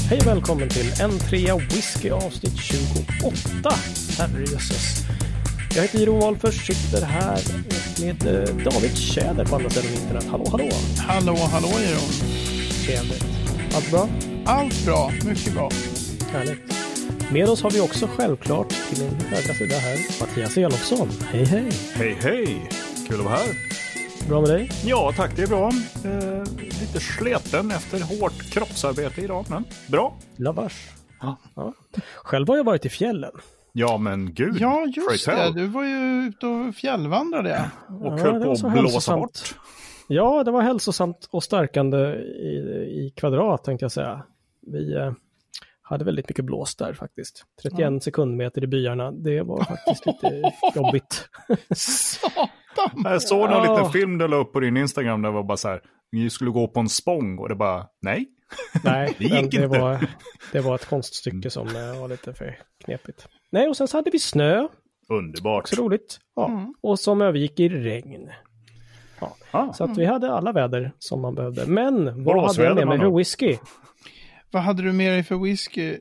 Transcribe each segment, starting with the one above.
Hej och välkommen till en trea whisky avsnitt 28. Herrejösses. Jag heter Jeroen Wahlfors, sitter här med David Tjäder på andra sidan internet. Hallå, hallå. Hallå Jeroen. Trevligt. Allt bra? Allt bra, mycket bra. Härligt. Med oss har vi också självklart till min högra sida här Mattias Elofsson. Hej, hej. Hej, hej. Kul att vara här. Bra med dig? Ja, tack. Det är bra. Lite sleten efter hårt kroppsarbete idag, men bra. Lavars. Ja. Själv har jag varit i fjällen. Ja, men gud. Ja, just det. Du var ju ute och fjällvandrade. Och höll på att blåsa bort. Ja, det var hälsosamt och stärkande i kvadrat, tänkte jag säga. Vi hade väldigt mycket blås där faktiskt. 31 sekundmeter i byarna. Det var faktiskt lite jobbigt. Satan! Jag såg någon liten film du la upp på din Instagram där det var bara så här, ni skulle gå på en spång och det bara, nej. Nej, det gick inte. Det var ett konststycke som var lite för knepigt. Nej, och sen så hade vi snö. Underbart. Så roligt. Ja. Och som övergick i regn. Ja. Så att vi hade alla väder som man behövde. Men vad hade jag med mig för whisky? Vad hade du med dig för whisky?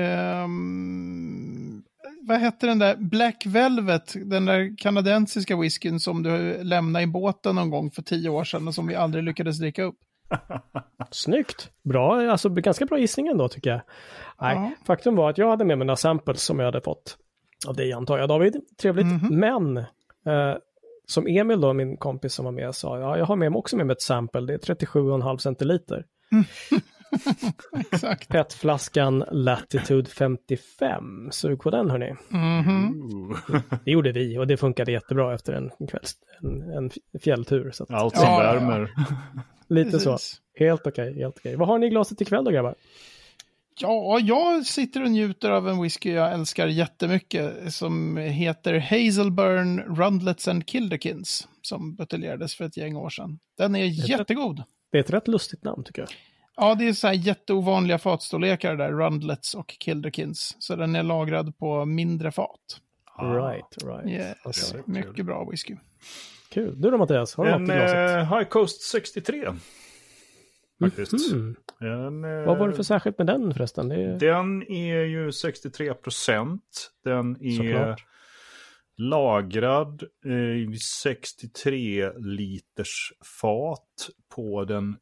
Vad hette den där Black Velvet, den där kanadensiska whiskyn som du lämnade i båten någon gång för 10 år sedan och som vi aldrig lyckades dricka upp? Snyggt. Bra, alltså ganska bra gissning ändå tycker jag. Nej, faktum var att jag hade med mig några samples som jag hade fått av dig, antar jag, David. Trevligt. Men som Emil då, min kompis som var med, sa, ja, jag har med mig också med mig ett sample. Det är 37,5 centiliter. Exakt. PET-flaskan Latitude 55. Sug på den, hörni. Det gjorde vi och det funkade jättebra efter en fjälltur. Så att, allt som värmer. Lite precis. Så. Helt okej. Vad har ni i glaset ikväll då, grabbar? Ja, jag sitter och njuter av en whisky jag älskar jättemycket som heter Hazelburn Rundlets and Kilderkins som buteljerades för ett gäng år sedan. Den är jättegod. Det är ett rätt lustigt namn tycker jag. Ja, det är så här jätteovanliga fatstorlekar där, Rundlets och Kilderkins. Så den är lagrad på mindre fat. Right. Yes. Mycket bra whisky. Kul. Du då, Mattias, har du något i glaset? High Coast 63. Faktiskt. Vad var det för särskilt med den förresten? Den är ju 63%. Den är såklart lagrad i 63 liters fat på den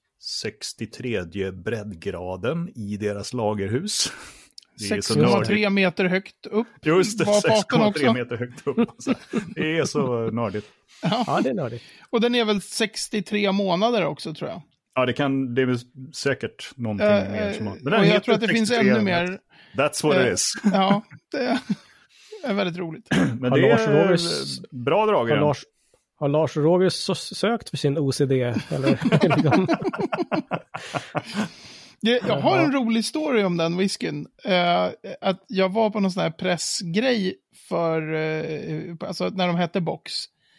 63 breddgraden i deras lagerhus. 6,3 meter högt upp. Just det, 6,3 meter högt upp. Det är så nördigt. Ja, det är nördigt. Och den är väl 63 månader också, tror jag. Ja, det är väl säkert någonting mer som men och jag tror att det finns ännu mer. That's what it is. Ja, det är väldigt roligt. Men det är bra drag. Har Lars Roger sökt för sin OCD? Eller? Jag har en rolig story om den whiskyn. Att jag var på någon sån här pressgrej alltså när de hette Box.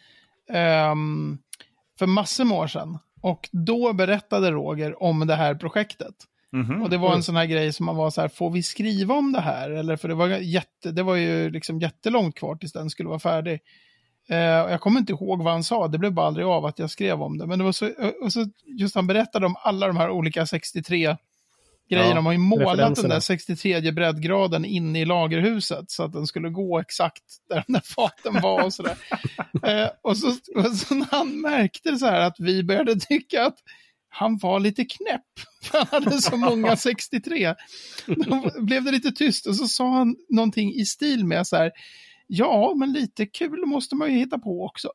För massor med år sedan. Och då berättade Roger om det här projektet. Och det var en sån här grej som man var så här, får vi skriva om det här? Eller för det var ju liksom jättelångt kvar tills den skulle vara färdig. Jag kommer inte ihåg vad han sa. Det blev bara aldrig av att jag skrev om det. Men det var så just han berättade om alla de här olika 63 grejerna. De har ju målat den där 63 breddgraden inne i lagerhuset så att den skulle gå exakt där den där faten var och sådär. och så när han märkte så här att vi började tycka att han var lite knäpp. För han hade så många 63. Då blev det lite tyst och så sa han någonting i stil med så här: ja, men lite kul måste man ju hitta på också.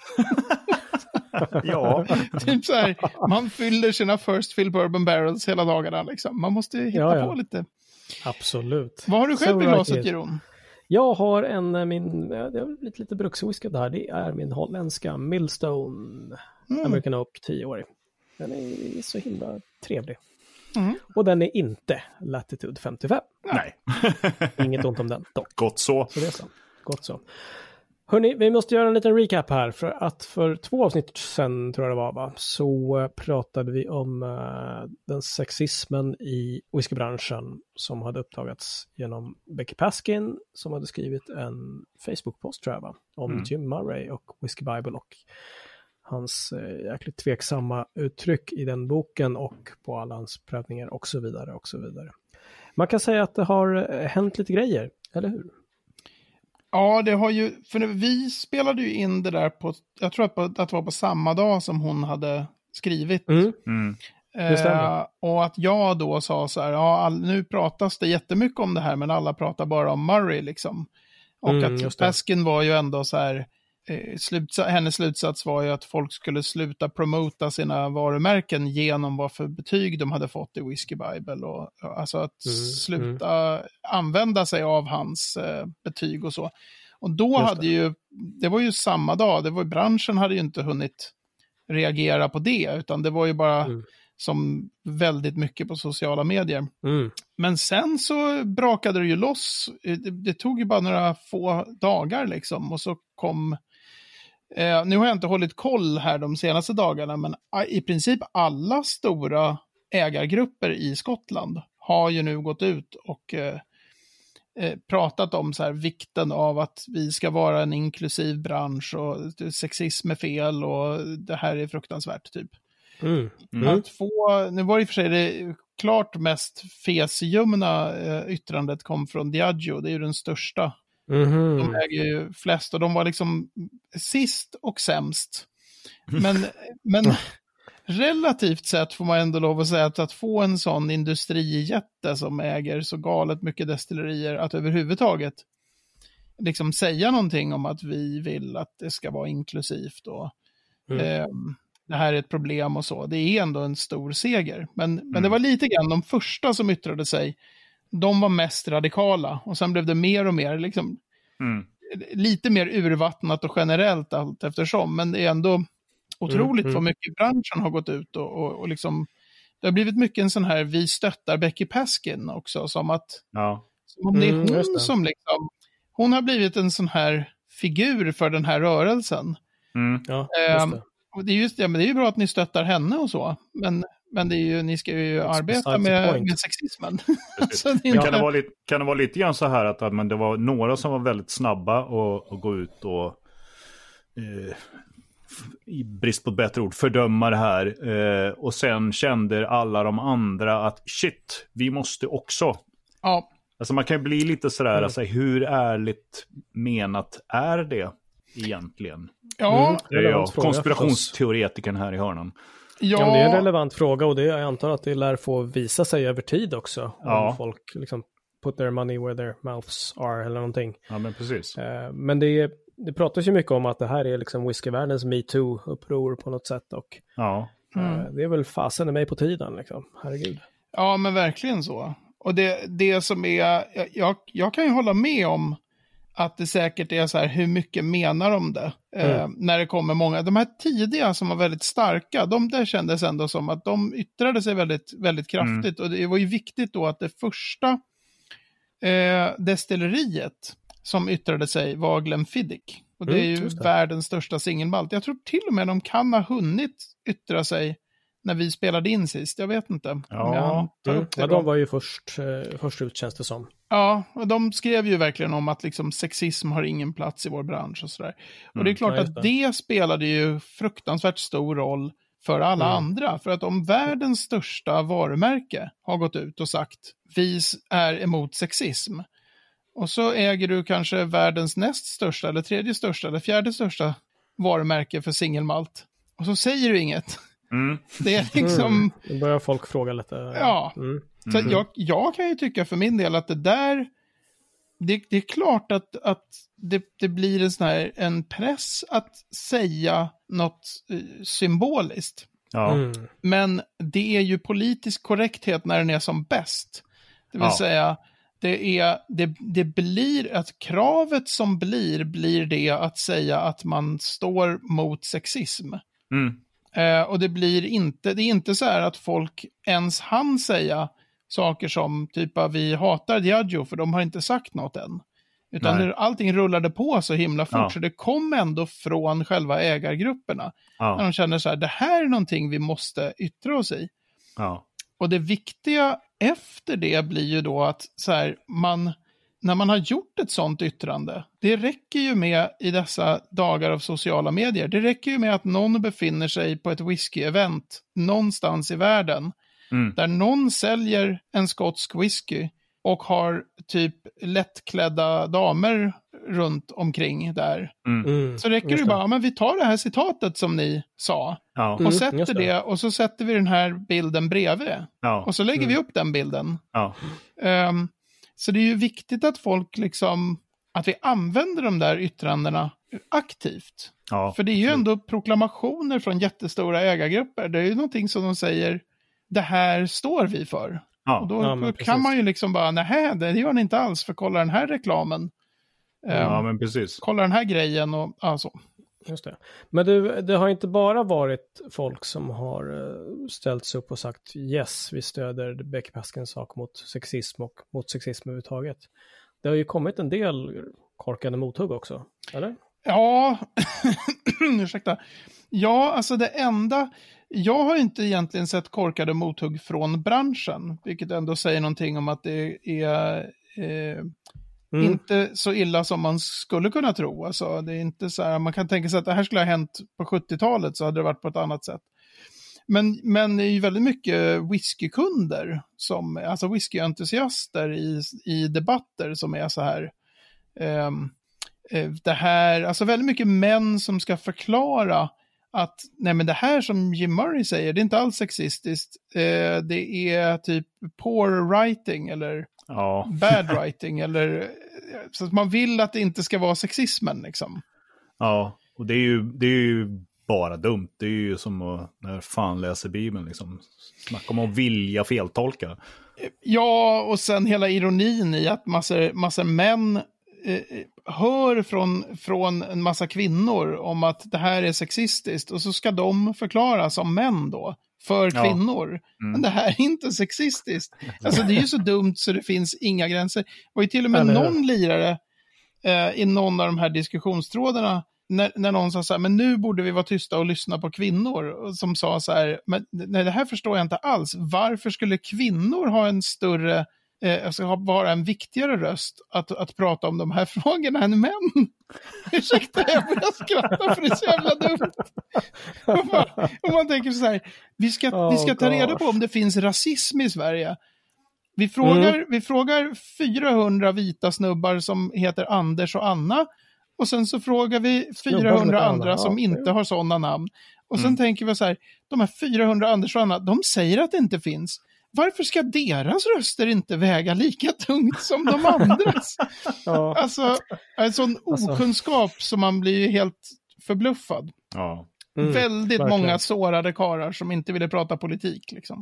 Ja. Typ så här, man fyller sina first fill bourbon barrels hela dagarna liksom. Man måste hitta på lite. Absolut. Vad har du själv i glaset, Jeroen? Jag har det har blivit lite brukswhisky där. Det är min holländska Millstone American Oak 10-årig. Den är så himla trevlig. Och den är inte Latitude 55. Nej. Inget ont om den dock. Gott så. Så det är så. Gott så. Hörrni, vi måste göra en liten recap här. För att för 2 avsnitt sen, tror jag det var, så pratade vi om den sexismen i whiskybranschen som hade uppdagats genom Becky Paskin som hade skrivit en Facebook-post, tror jag, om Jim Murray och Whiskey Bible och hans jäkligt tveksamma uttryck i den boken och på alla hans prövningar och så vidare och så vidare. Man kan säga att det har hänt lite grejer, eller hur? Ja, det har ju, för vi spelade ju in det där på, jag tror att det var på samma dag som hon hade skrivit. Det stämmer. Och att jag då sa så här, ja, nu pratas det jättemycket om det här, men alla pratar bara om Murray liksom. Och att Peskin var ju ändå så här, hennes slutsats var ju att folk skulle sluta promota sina varumärken genom vad för betyg de hade fått i Whiskey Bible. Och, alltså att sluta använda sig av hans betyg och så. Och då hade ju, det var ju samma dag, branschen hade ju inte hunnit reagera på det, utan det var ju bara som väldigt mycket på sociala medier. Men sen så brakade det ju loss. Det tog ju bara några få dagar liksom, och så kom nu har jag inte hållit koll här de senaste dagarna, men i princip alla stora ägargrupper i Skottland har ju nu gått ut och pratat om så här vikten av att vi ska vara en inklusiv bransch och sexism är fel och det här är fruktansvärt typ. Att få, nu var det i och för sig det klart mest fesljumna yttrandet kom från Diageo, det är ju den största. De äger ju flest och de var liksom sist och sämst. Men relativt sett får man ändå lov att säga att få en sån industrijätte som äger så galet mycket destillerier, att överhuvudtaget liksom säga någonting om att vi vill att det ska vara inklusivt och det här är ett problem och så. Det är ändå en stor seger. Men det var lite grann de första som yttrade sig. De var mest radikala. Och sen blev det mer och mer liksom, lite mer urvattnat och generellt allt eftersom. Men det är ändå otroligt vad mycket branschen har gått ut och liksom, det har blivit mycket en sån här, vi stöttar Becky Peskin också, som att som om det är hon som liksom, hon har blivit en sån här figur för den här rörelsen. Och det är just det, men det är ju bra att ni stöttar henne och så, men det är ju, ni ska ju arbeta med sexismen. Så det men kan det vara lite grann så här att men det var några som var väldigt snabba och gå ut och i brist på ett bättre ord fördöma det här och sen kände alla de andra att shit, vi måste också. Ja. Alltså man kan ju bli lite sådär, alltså, hur ärligt menat är det egentligen? Ja. Det är jag, konspirationsteoretikern här i hörnan. Ja, men det är en relevant fråga och det, jag antar att det lär få visa sig över tid också. Om folk liksom put their money where their mouths are eller någonting. Ja, men precis. Men det pratas ju mycket om att det här är liksom whiskyvärldens MeToo-uppror på något sätt. Och det är väl fasen i mig på tiden liksom, herregud. Ja, men verkligen så. Och det som är, jag kan ju hålla med om att det säkert är så här, hur mycket menar de det? När det kommer många, de här tidiga som var väldigt starka, där kändes ändå som att de yttrade sig väldigt, väldigt kraftigt. Och det var ju viktigt då att det första destilleriet som yttrade sig var Glenfiddich. Och det är ju världens största singelmalt. Jag tror till och med de kan ha hunnit yttra sig när vi spelade in sist. Jag vet inte. Ja, de var ju först ut, känns det som. Ja, och de skrev ju verkligen om att liksom sexism har ingen plats i vår bransch och sådär. Och det är klart att det spelade ju fruktansvärt stor roll för alla andra. För att om världens största varumärke har gått ut och sagt vi är emot sexism. Och så äger du kanske världens näst största eller tredje största eller fjärde största varumärke för singelmalt. Och så säger du inget. Det är liksom... Då börjar folk fråga lite. Ja. Så jag kan ju tycka för min del att det där... Det är klart att det blir en sån här en press att säga något symboliskt. Ja. Men det är ju politisk korrekthet när den är som bäst. Det vill säga... Det blir att kravet som blir det att säga att man står mot sexism. Och det är inte så här att folk ens hann säga saker som typ att vi hatar Diageo för de har inte sagt något än. Utan allting rullade på så himla fort så det kom ändå från själva ägargrupperna. När de känner så här, det här är någonting vi måste yttra oss i. Och det viktiga efter det blir ju då att så här, när man har gjort ett sånt yttrande, det räcker ju med i dessa dagar av sociala medier, det räcker ju med att någon befinner sig på ett whisky-event någonstans i världen, där någon säljer en skotsk whisky och har typ lättklädda damer runt omkring där. Så räcker det bara, men vi tar det här citatet som ni sa och sätter det och så sätter vi den här bilden bredvid. Och så lägger vi upp den bilden. Så det är ju viktigt att folk liksom, att vi använder de där yttrandena aktivt. För det är ju ändå proklamationer från jättestora ägargrupper. Det är ju någonting som de säger, det här står vi för. Och då kan man ju liksom bara, nej, det gör ni inte alls, för kolla den här reklamen. Men precis. Kolla den här grejen och så. Just det. Men det har inte bara varit folk som har ställts upp och sagt yes, vi stöder Becky Paskins sak mot sexism och mot sexism överhuvudtaget. Det har ju kommit en del korkade mothugg också, eller? Ja, ursäkta. Ja, alltså det enda... Jag har inte egentligen sett korkade mothugg från branschen, vilket ändå säger någonting om att det är inte så illa som man skulle kunna tro. Alltså, det är inte så här, man kan tänka sig att det här skulle ha hänt på 70-talet, så hade det varit på ett annat sätt. Men det är ju väldigt mycket whiskykunder, alltså whiskyentusiaster i debatter som är så här... det här, alltså väldigt mycket män som ska förklara att nej, men det här som Jim Murray säger, det är inte alls sexistiskt. Det är typ poor writing eller bad writing. Eller, så att man vill att det inte ska vara sexismen. Liksom. Ja, och det är ju bara dumt. Det är ju som att när fan läser Bibeln. Liksom. Snacka om att vilja feltolka. Ja, och sen hela ironin i att massor män hör från en massa kvinnor om att det här är sexistiskt, och så ska de förklara som män då för kvinnor. Men det här är inte sexistiskt. Alltså det är ju så dumt så det finns inga gränser. Och till och med någon lirare i någon av de här diskussionstrådarna, när någon sa så här, men nu borde vi vara tysta och lyssna på kvinnor, som sa så här, men nej, det här förstår jag inte alls. Varför skulle kvinnor ha en större vara en viktigare röst att prata om de här frågorna än män? Ursäkta, jag börjar skratta för det är så jävla dumt. Om man tänker så här, vi ska ta reda på om det finns rasism i Sverige. Vi frågar 400 vita snubbar som heter Anders och Anna, och sen så frågar vi 400 andra som inte har sådana namn. Och sen tänker vi så här, de här 400 Anders och Anna, de säger att det inte finns. Varför ska deras röster inte väga lika tungt som de andras? Alltså, en sån okunskap som man blir helt förbluffad. Väldigt många sårade karlar som inte ville prata politik. Liksom.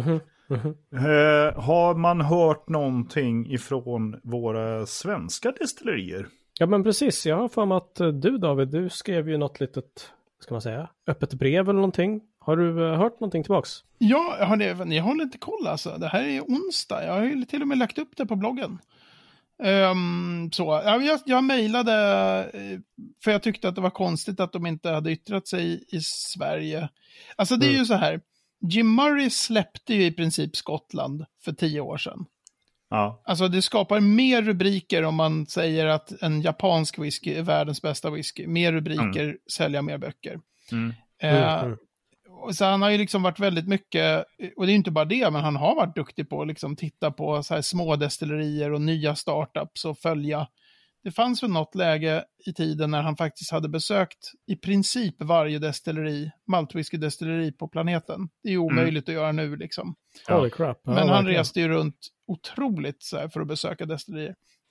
Har man hört någonting ifrån våra svenska destillerier? Ja, men precis. Jag har för mig att du, David, du skrev ju något litet, ska man säga, öppet brev eller någonting. Har du hört någonting tillbaks? Ja, jag har lite koll alltså. Det här är onsdag. Jag har ju till och med lagt upp det på bloggen. Jag mejlade, för jag tyckte att det var konstigt att de inte hade yttrat sig i Sverige. Alltså det är ju så här. Jim Murray släppte ju i princip Skottland för 10 år sedan. Ja. Alltså det skapar mer rubriker om man säger att en japansk whisky är världens bästa whisky. Mer rubriker, sälja mer böcker. Så han har ju liksom varit väldigt mycket, och det är ju inte bara det, men han har varit duktig på att liksom titta på så här små destillerier och nya startups och följa. Det fanns väl något läge i tiden när han faktiskt hade besökt i princip varje destilleri, maltwhisky-destilleri på planeten. Det är ju omöjligt att göra nu liksom. Holy crap. Men han reste ju runt otroligt så här, för att besöka destillerier.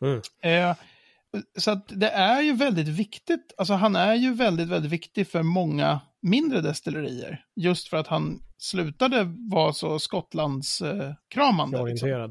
Så att det är ju väldigt viktigt, alltså han är ju väldigt, väldigt viktig för många mindre destillerier. Just för att han slutade vara så Skottlands kramande. Orienterad.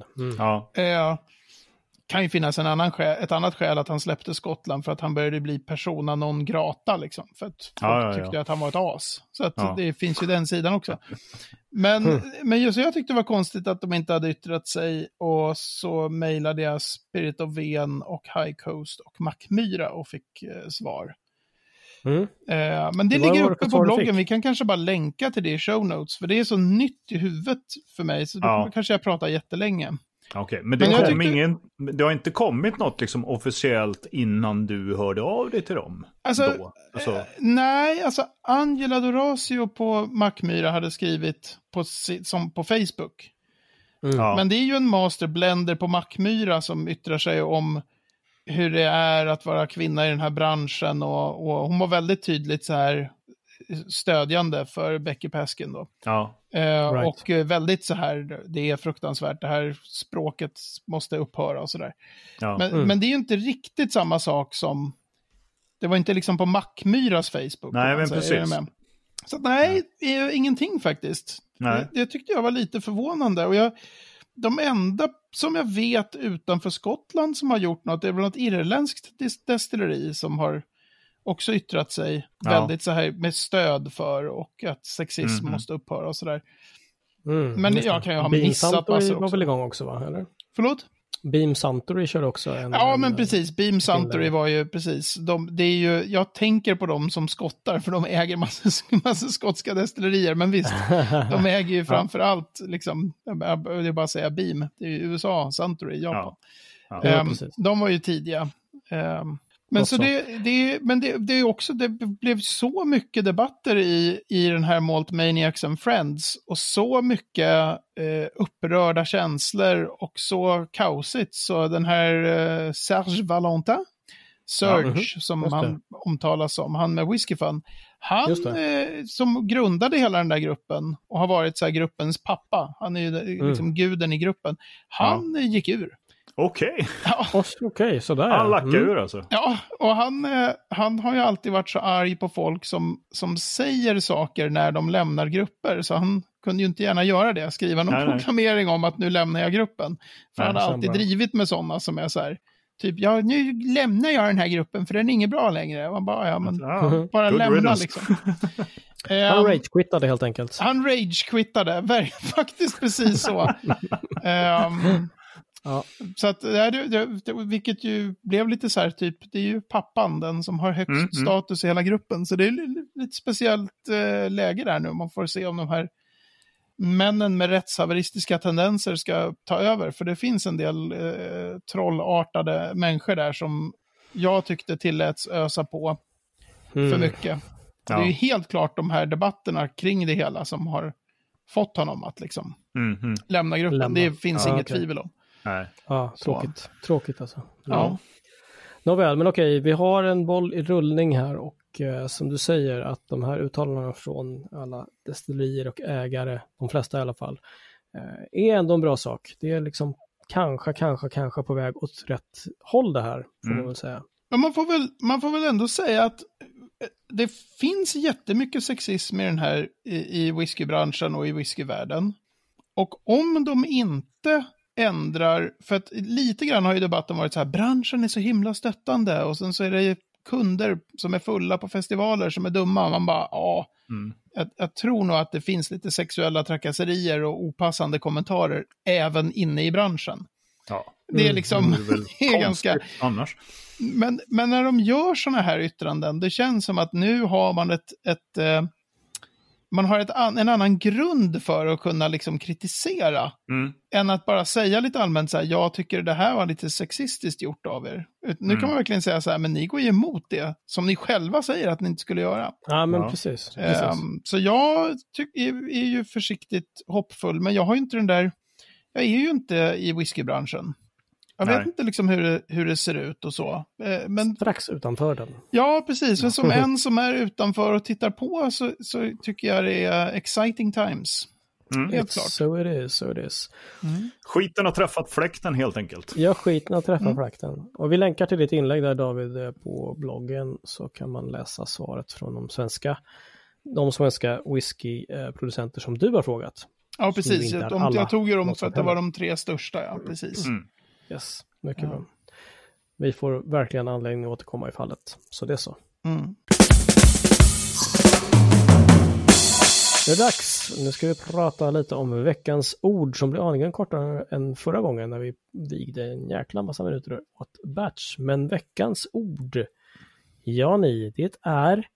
Kan ju finnas ett annat skäl att han släppte Skottland, för att han började bli persona non grata liksom. För att folk tyckte att han var ett as. Så att det finns ju den sidan också. Men just jag tyckte det var konstigt att de inte hade yttrat sig, och så mejlade jag Spirit of Ven och High Coast och Mackmyra och fick svar. Men det ligger uppe på bloggen. Vi kan kanske bara länka till det i show notes, för det är så nytt i huvudet för mig, så då kanske jag pratar jättelänge. Okej, men det har inte kommit något liksom officiellt innan du hörde av dig till dem? Nej, alltså Angela Doracio på Mackmyra hade skrivit på Facebook. Men det är ju en masterblender på Mackmyra som yttrar sig om hur det är att vara kvinna i den här branschen. Och hon var väldigt tydligt så här stödjande för Becky Paskin då. Ja. Right. Och väldigt så här, det är fruktansvärt, det här språket måste upphöra och sådär. Ja. Men det är ju inte riktigt samma sak som, det var inte liksom på Mackmyras Facebook. Nej, men precis. Så nej, det är ingenting faktiskt. Det tyckte jag var lite förvånande. Och de enda som jag vet utanför Skottland som har gjort något, det är väl något irländskt destilleri som har också yttrat sig väldigt så här med stöd för och att sexism måste upphöra och sådär. Men jag kan ju ha missat massor också. Var väl igång också, va? Eller? Förlåt? Beam Suntory körde också men precis. Beam Suntory var ju precis. Det är ju, jag tänker på dem som skottar för de äger massa skotska destillerier. Men visst, de äger ju framförallt liksom, jag vill bara säga Beam. Det är ju USA, Suntory, Japan. De var ju tidiga. Men så det är också, det blev så mycket debatter i den här Malt Maniacs and Friends och så mycket upprörda känslor och så kaosigt. Så den här Serge Valentin, som han omtalas som, han med Whiskey Fun, han som grundade hela den där gruppen och har varit så här gruppens pappa, han är ju liksom guden i gruppen, han gick ur. Okej. Okej, sådär. Han lackar ur alltså. Ja, och han har ju alltid varit så arg på folk som säger saker när de lämnar grupper. Så han kunde ju inte gärna göra det. Skriva någon proklamering om att nu lämnar jag gruppen. För han har alltid drivit med sådana som är så här, typ, nu lämnar jag den här gruppen för den är inget bra längre. Man bara, bara lämna liksom. Han rage-quittade helt enkelt. Han rage-quittade, faktiskt precis så. Så att vilket ju blev lite så här typ, det är ju pappan, den som har högst status i hela gruppen, så det är lite speciellt läge där nu. Man får se om de här männen med rättshaveristiska tendenser ska ta över, för det finns en del trollartade människor där som jag tyckte tilläts ösa på för mycket. Det är ju helt klart de här debatterna kring det hela som har fått honom att liksom lämna gruppen. Det finns inget tvivel om. Nej. Ja, tråkigt alltså. Ja. Nåväl, men okej, vi har en boll i rullning här och som du säger att de här uttalandena från alla destillerier och ägare, de flesta i alla fall, är ändå en bra sak. Det är liksom kanske på väg åt rätt håll det här, får man väl säga. Men man får väl ändå säga att det finns jättemycket sexism i den här i whiskybranschen och i whiskyvärlden. Och om de inte ändrar, för att lite grann har ju debatten varit så här, branschen är så himla stöttande och sen så är det kunder som är fulla på festivaler som är dumma. Man bara, jag tror nog att det finns lite sexuella trakasserier och opassande kommentarer även inne i branschen. Ja. Det är liksom det är ganska annars. Men när de gör såna här yttranden, det känns som att nu har man man har en annan grund för att kunna liksom kritisera än att bara säga lite allmänt så här, jag tycker det här var lite sexistiskt gjort av er. Nu kan man verkligen säga så här, men ni går ju emot det som ni själva säger att ni inte skulle göra. Ja, men precis. Så jag är ju försiktigt hoppfull, men jag har ju inte jag är ju inte i whiskybranschen. Jag vet inte liksom hur det ser ut och så. Men strax utanför den. Ja, precis. Men som en som är utanför och tittar på så tycker jag det är exciting times. Helt klart. So it is. Skiten har träffat fläkten helt enkelt. Ja, skiten har träffat fläkten. Och vi länkar till ditt inlägg där, David, på bloggen, så kan man läsa svaret från de svenska whiskyproducenter som du har frågat. Ja, precis. Jag tog ju dem för att det var de 3 största, ja, precis. Yes, mycket bra. Vi får verkligen anledning att återkomma i fallet. Så det är så. Det är dags. Nu ska vi prata lite om veckans ord som blir aningen kortare än förra gången när vi vigde en jäkla massa minuter åt batch. Men veckans ord, det är...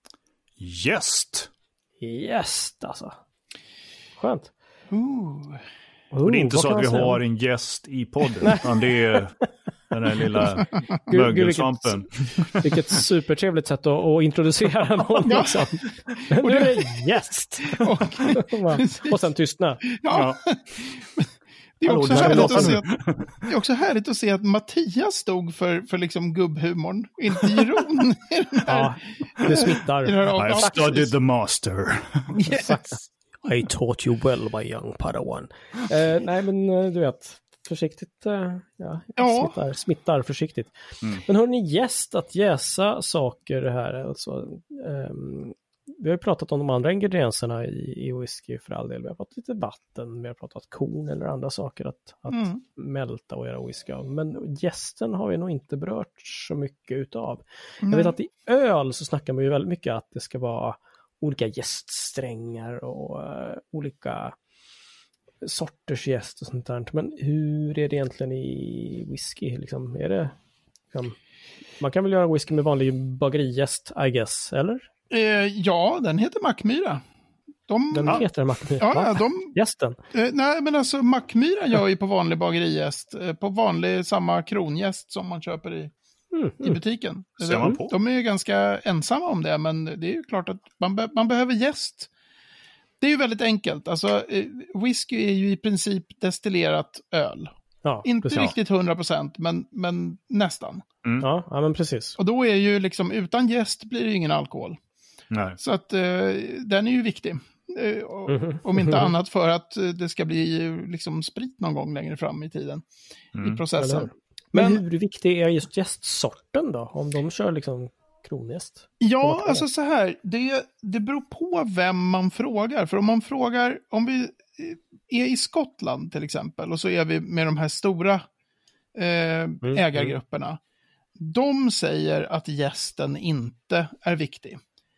Gäst, alltså. Skönt. Och det är inte så att vi har en gäst i podden, utan det är den här lilla mögelsvampen. Vilket supertrevligt sätt att introducera någon. Liksom. Men du är gäst. Och sen tystna. Ja. Det är också härligt att se att Mattias stod för liksom gubbhumorn, inte Jeroen. Ja, det smittar. I studied the master. Yes. I taught you well, my young Padawan. Nej, men du vet, försiktigt. Smittar försiktigt. Men hörni, att jäsa saker här. Alltså, vi har ju pratat om de andra ingredienserna i whisky för all del. Vi har pratat lite vatten, vi har pratat korn eller andra saker att mälta och göra whisky av. Men jästen har vi nog inte berört så mycket utav. Jag vet att i öl så snackar man ju väldigt mycket att det ska vara olika jäststrängar och olika sorters jäst och sånt där. Men hur är det egentligen i whisky? Liksom, är det, man kan väl göra whisky med vanlig bagerijäst, I guess, eller? Ja, den heter Mackmyra. Den heter Mackmyra? Ja, Gästen? Nej, men alltså Mackmyra gör ju på vanlig bagerijäst. På vanlig samma kronjäst som man köper i butiken. De är ju ganska ensamma om det, men det är ju klart att man behöver jäst. Det är ju väldigt enkelt. Alltså, whisky är ju i princip destillerat öl. Ja, inte riktigt 100%, men nästan. Ja, men precis. Och då är ju liksom, utan jäst blir det ju ingen alkohol. Nej. Så att den är ju viktig. Om inte annat för att det ska bli liksom sprit någon gång längre fram i tiden. I processen. Men hur viktig är just jästsorten då? Om de kör liksom kronjäst? Ja, alltså så här. Det beror på vem man frågar. För om man frågar, om vi är i Skottland till exempel, och så är vi med de här stora ägargrupperna. De säger att jästen inte är viktig.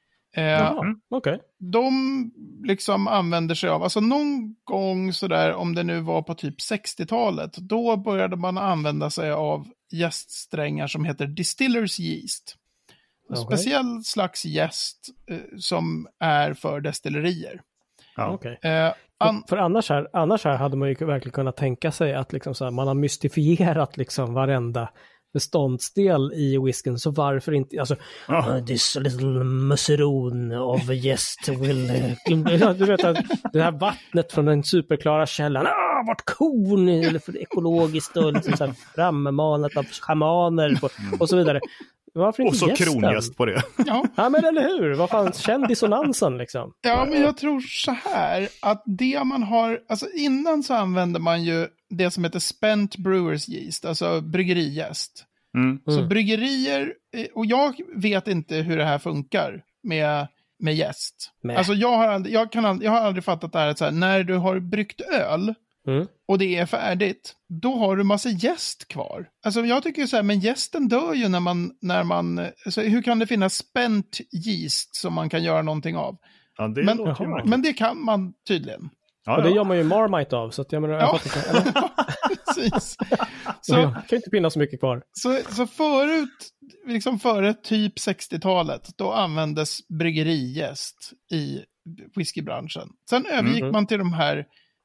Okay. De liksom använder sig av, alltså någon gång sådär, om det nu var på typ 60-talet, då började man använda sig av jäststrängar som heter distillers yeast. En speciell slags jäst som är för destillerier. Okay. För annars här hade man ju verkligen kunnat tänka sig att liksom så här, man har mystifierat liksom varenda beståndsdel i whiskyn, så varför inte, alltså this little museron of jäst will du vet att det här vattnet från den superklara källan, vart korn eller för ekologiskt och liksom så här frammanat av schamaner och så vidare. Varför inte och så kronjäst på det. Ja, men eller hur? Vad fan, känn dissonansen liksom. Ja, men jag tror så här att det man har, alltså innan så använder man ju det som heter spent brewers yeast, alltså bryggerijäst. Så bryggerier, och jag vet inte hur det här funkar med jäst. Alltså jag har aldrig fattat det här att så här, när du har bryggt öl och det är färdigt, då har du massa jäst kvar. Alltså jag tycker så här, men jästen dör ju när man alltså, hur kan det finnas spent yeast som man kan göra någonting av? Ja, men det kan man tydligen. Ja, och det gör man ju Marmite av, så att jag menar, precis. Så det kan inte finnas så mycket kvar. Så förut, liksom före typ 60-talet, då användes bryggerijäst i whiskybranschen. Sen övergick man till de här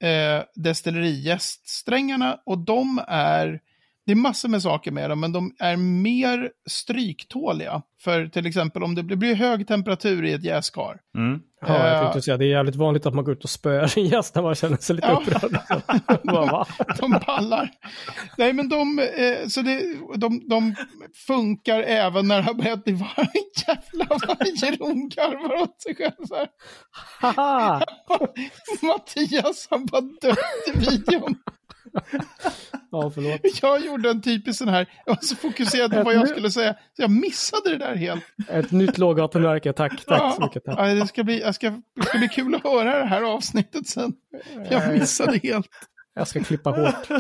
destillerijäststrängarna, och det är massor med saker med dem, men de är mer stryktåliga. För till exempel om det blir hög temperatur i ett jäskar. Ja, jag tänkte säga, det är jävligt vanligt att man går ut och spöar sin jäst när man känner sig lite upprörd. De pallar. Nej, men de funkar även när det har börjat bli varje romgarvar åt sig själv. Så här. Mattias, han bara dött i videon. Ja, förlåt. Jag gjorde en typisk sån här, jag var så fokuserad på vad jag skulle säga, så jag missade det där helt. Ett nytt låggatumärke, tack så mycket. Tack. Ja, det ska bli kul att höra det här avsnittet sen. Jag missade helt. Jag ska klippa hårt.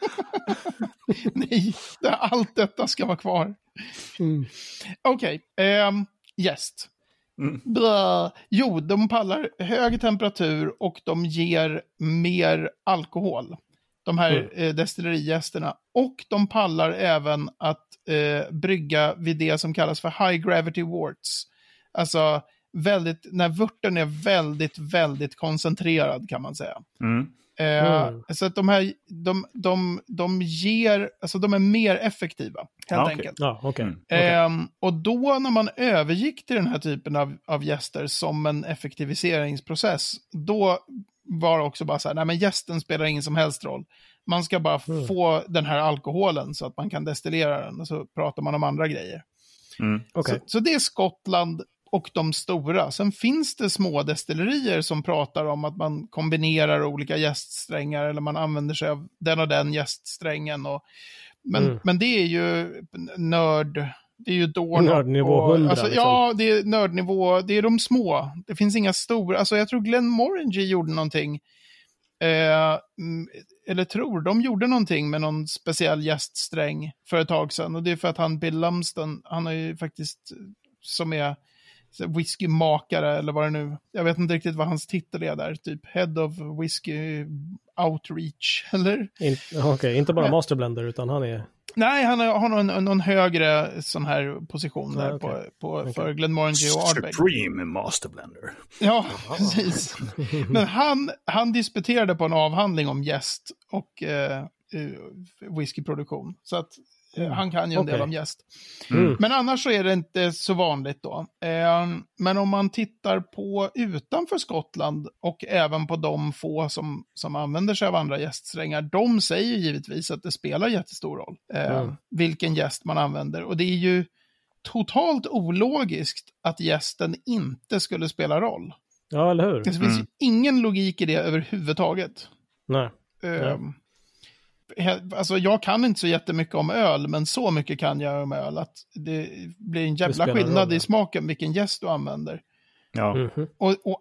Nej, allt detta ska vara kvar. Okej, jäst. Jo, de pallar hög temperatur och de ger mer alkohol. De här destillerijästerna. Och de pallar även att brygga vid det som kallas för high gravity worts. Alltså när vörten är väldigt, väldigt koncentrerad, kan man säga. Så att de här, de ger, alltså de är mer effektiva, helt enkelt. Och då när man övergick till den här typen av jäster som en effektiviseringsprocess, då var också bara så här, nej men gästen spelar ingen som helst roll. Man ska bara få den här alkoholen så att man kan destillera den och så pratar man om andra grejer. Okay. Så det är Skottland och de stora. Sen finns det små destillerier som pratar om att man kombinerar olika jäststrängar eller man använder sig av den och den jäststrängen. Men det är ju det är ju nördnivå 100. Alltså, liksom. Ja, det är nördnivå. Det är de små. Det finns inga stora. Alltså jag tror Glenmorangie gjorde någonting. De gjorde någonting med någon speciell jäststräng för ett tag sedan. Och det är för att Bill Lumsden, han är ju faktiskt som är whiskymakare eller vad det nu. Jag vet inte riktigt vad hans titel är där. Typ Head of Whisky Outreach, eller? Okej, inte bara masterblender utan han är... Nej, han har någon högre sån här position där för Glenmorangie och Ardbeg. Supreme Masterblender. Ja, precis. Men han disputerade på en avhandling om jäst och whiskyproduktion. Så att han kan ju en del om jäst. Men annars så är det inte så vanligt då. Men om man tittar på utanför Skottland och även på de få som använder sig av andra jäststrängar, de säger givetvis att det spelar jättestor roll vilken jäst man använder. Och det är ju totalt ologiskt att jästen inte skulle spela roll. Ja, eller hur? Det finns ju ingen logik i det överhuvudtaget. Nej. Alltså jag kan inte så jättemycket om öl, men så mycket kan jag om öl att det blir en jävla skillnad i smaken vilken jäst du använder. Ja. Och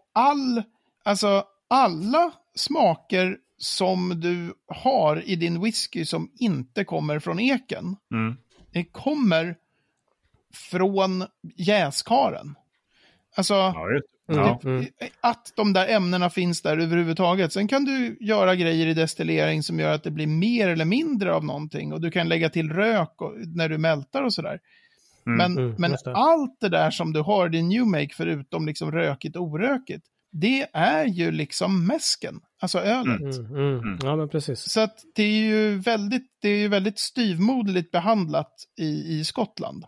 alla smaker som du har i din whisky som inte kommer från eken, det kommer från jäskaren. Alltså att de där ämnena finns där överhuvudtaget. Sen kan du göra grejer i destillering som gör att det blir mer eller mindre av någonting. Och du kan lägga till rök när du mältar och sådär. Men allt det där som du har i din New Make förutom liksom rökigt och orökigt, det är ju liksom mäsken. Alltså ölet. Ja, men precis. Så att det är ju väldigt styvmoderligt behandlat i Skottland.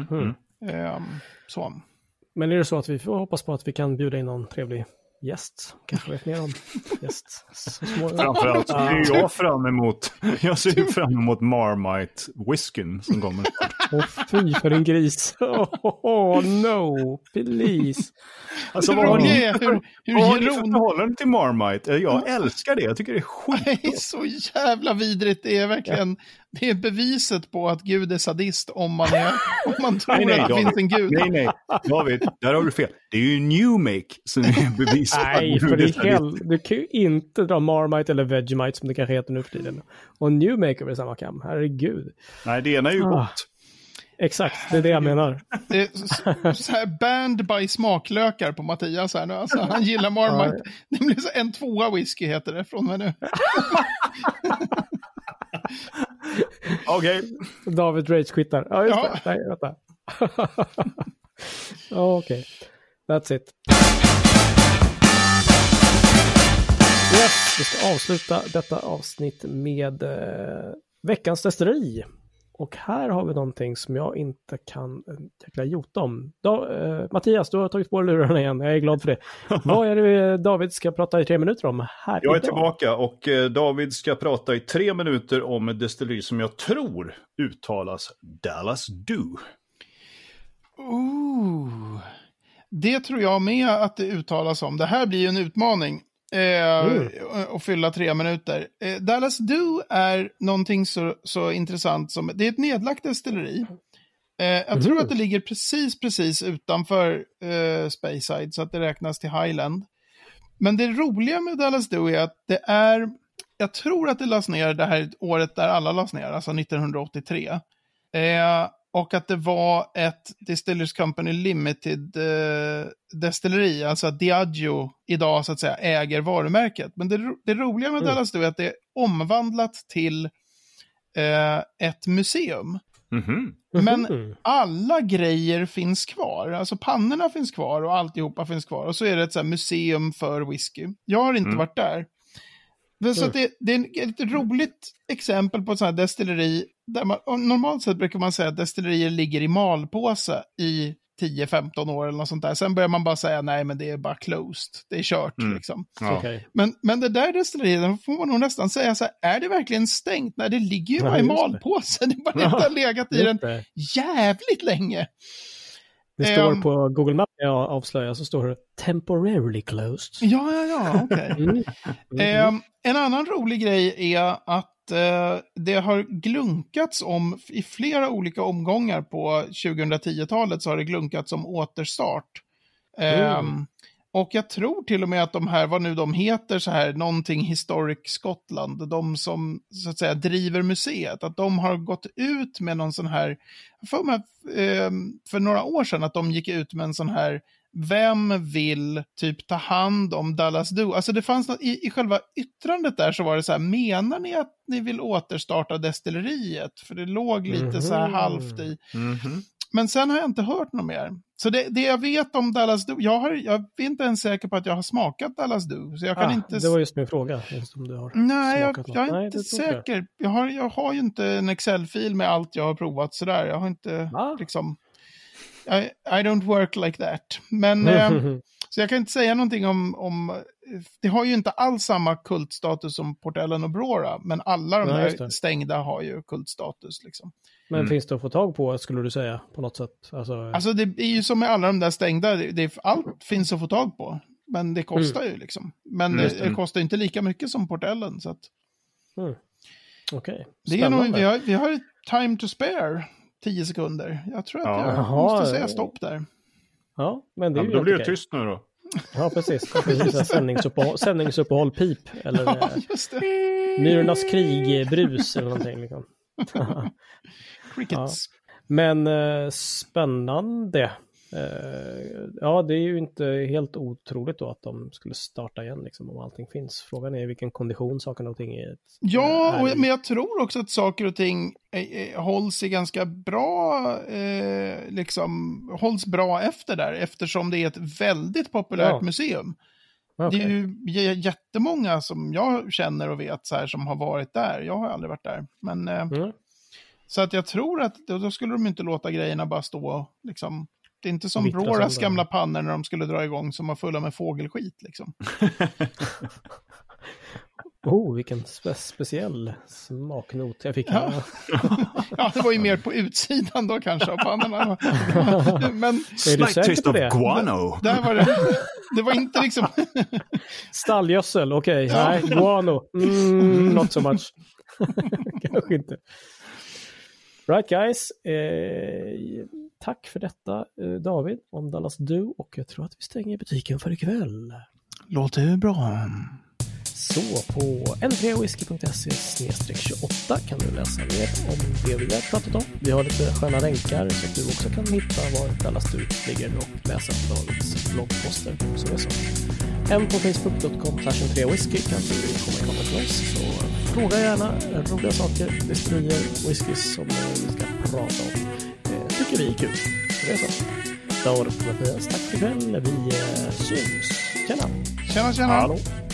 Så. Men är det så att vi får hoppas på att vi kan bjuda in någon trevlig gäst? Kanske vet mer om gäst. Framförallt ser jag fram emot. Jag ser fram emot Marmite whiskyn som kommer. Fy för en gris. No, please. Alltså vad har ni för förhållande till Marmite? Jag älskar det. Jag tycker det är skit. Det är så jävla vidrigt. Det är verkligen det är beviset på att Gud är sadist om man tror nej, att det finns en Gud. Nej, David, där har du fel. Det är ju New Make som är beviset. Nej, för det du kan ju inte dra Marmite eller Vegemite som det kanske heter nu för tiden. Och New Make över samma kam. Herregud. Nej, det ena är ju gott. Exakt, det är det jag menar. Det är så här banned by smaklökar på Mattias här nu. Alltså, han gillar Marmite. Det blir så en 2 whisky heter det från mig nu. Okej. David Rage quittar. Ja, just det. Nej, vänta. Okej. That's it. Yes, vi ska avsluta detta avsnitt med veckans destilleri. Och här har vi någonting som jag inte kan jäkla jota om. Mattias, du har tagit på lurarna igen. Jag är glad för det. Vad är det David ska prata i 3 minuter om här Jag är idag? tillbaka och David ska prata i 3 minuter om ett destilleri som jag tror uttalas Dallas Dew. Det tror jag med att det uttalas om. Det här blir ju en utmaning. Och fylla 3 minuter. Dallas Dew är någonting så intressant som det är ett nedlagt destilleri. Jag tror att det ligger precis utanför Speyside så att det räknas till Highland. Men det roliga med Dallas Dew är att det är, jag tror att det lades ner det här året där alla lades ner, alltså 1983. Och att det var ett Distillers Company Limited destilleri, alltså att Diageo idag så att säga äger varumärket. Men det roliga med Dallas Dew är att det är omvandlat till ett museum. Men alla grejer finns kvar. Alltså pannorna finns kvar och alltihopa finns kvar. Och så är det ett så här museum för whisky. Jag har inte varit där. Så att det är ett roligt exempel på ett sånt här destilleri där man, normalt sett brukar man säga att destillerier ligger i malpåse i 10-15 år eller något sånt där. Sen börjar man bara säga, nej men det är bara closed. Det är kört liksom. Ja. Okay. Men det där destilleriet, får man nog nästan säga så här, är det verkligen stängt? Nej, det ligger ju bara i malpåsen. Det bara inte har legat i den jävligt länge. Det står på Google Maps, jag avslöjar, så står det temporarily closed. Ja, okej. En annan rolig grej är att det har glunkats om, i flera olika omgångar på 2010-talet så har det glunkats om återstart. Och jag tror till och med att de här, vad nu de heter så här, någonting Historic Scotland, de som så att säga driver museet, att de har gått ut med någon sån här, för några år sedan att de gick ut med en sån här, vem vill typ ta hand om Dallas Due? Alltså det fanns något, i själva yttrandet där så var det så här, menar ni att ni vill återstarta destilleriet? För det låg lite så här halvt i. Men sen har jag inte hört något mer. Så det jag vet om Dallas Due, jag är inte ens säker på att jag har smakat Dallas Due. Så jag kan inte... Det var just min fråga. Just om du har Nej, jag är inte säker. Jag har ju inte en Excel-fil med allt jag har provat sådär. Jag har inte liksom... I don't work like that. Men så jag kan inte säga någonting om det har ju inte alls samma kultstatus som Port Ellen och Brora, men alla de här stängda har ju kultstatus liksom. Men finns det att få tag på, skulle du säga, på något sätt? Alltså det är ju som med alla de där stängda, allt finns att få tag på, men det kostar ju liksom. Men det kostar inte lika mycket som Port Ellen, så att... Okej. Det är nog, vi har time to spare 10 sekunder. Jag tror att jag måste säga stopp där. Ja, men det är ju då blir det tyst nu då. Ja, precis. Sändningsuppehåll pip. Eller Myrornas krig-brus eller någonting. Liksom. Crickets. Men spännande. Ja, det är ju inte helt otroligt då att de skulle starta igen liksom, om allting finns. Frågan är vilken kondition saker och ting är. Men jag tror också att saker och ting hålls i ganska bra, liksom, hålls bra efter där, eftersom det är ett väldigt populärt museum. Okay. Det är ju jättemånga som jag känner och vet så här, som har varit där. Jag har aldrig varit där. Men, så att jag tror att då skulle de inte låta grejerna bara stå liksom. Det är inte som Broras gamla pannor när de skulle dra igång som var fulla med fågelskit liksom. Vilken speciell smaknot jag fick. Ja, det var ju mer på utsidan då kanske av pannorna. Men slight taste of guano. Där var det var inte liksom... Stallgödsel, okej. Nej, guano. Not so much. Kanske inte. Right guys, tack för detta David om Dallas Due, och jag tror att vi stänger butiken för ikväll. Låter ju bra. Så på n3whisky.se/28 kan du läsa mer om det vi har pratat om. Vi har lite sköna länkar så att du också kan hitta var Dallas Due ligger och läsa Davids bloggposter som jag sa. På facebook.com/n3whisky kan du komma i kontakt med oss, så fråga gärna roliga saker, destillerier, whiskys som vi ska prata om. Tycker vi är kul. Så det är så. Då Mattias, tack för ikväll. Vi syns. Tjena. Tjena. Hallå.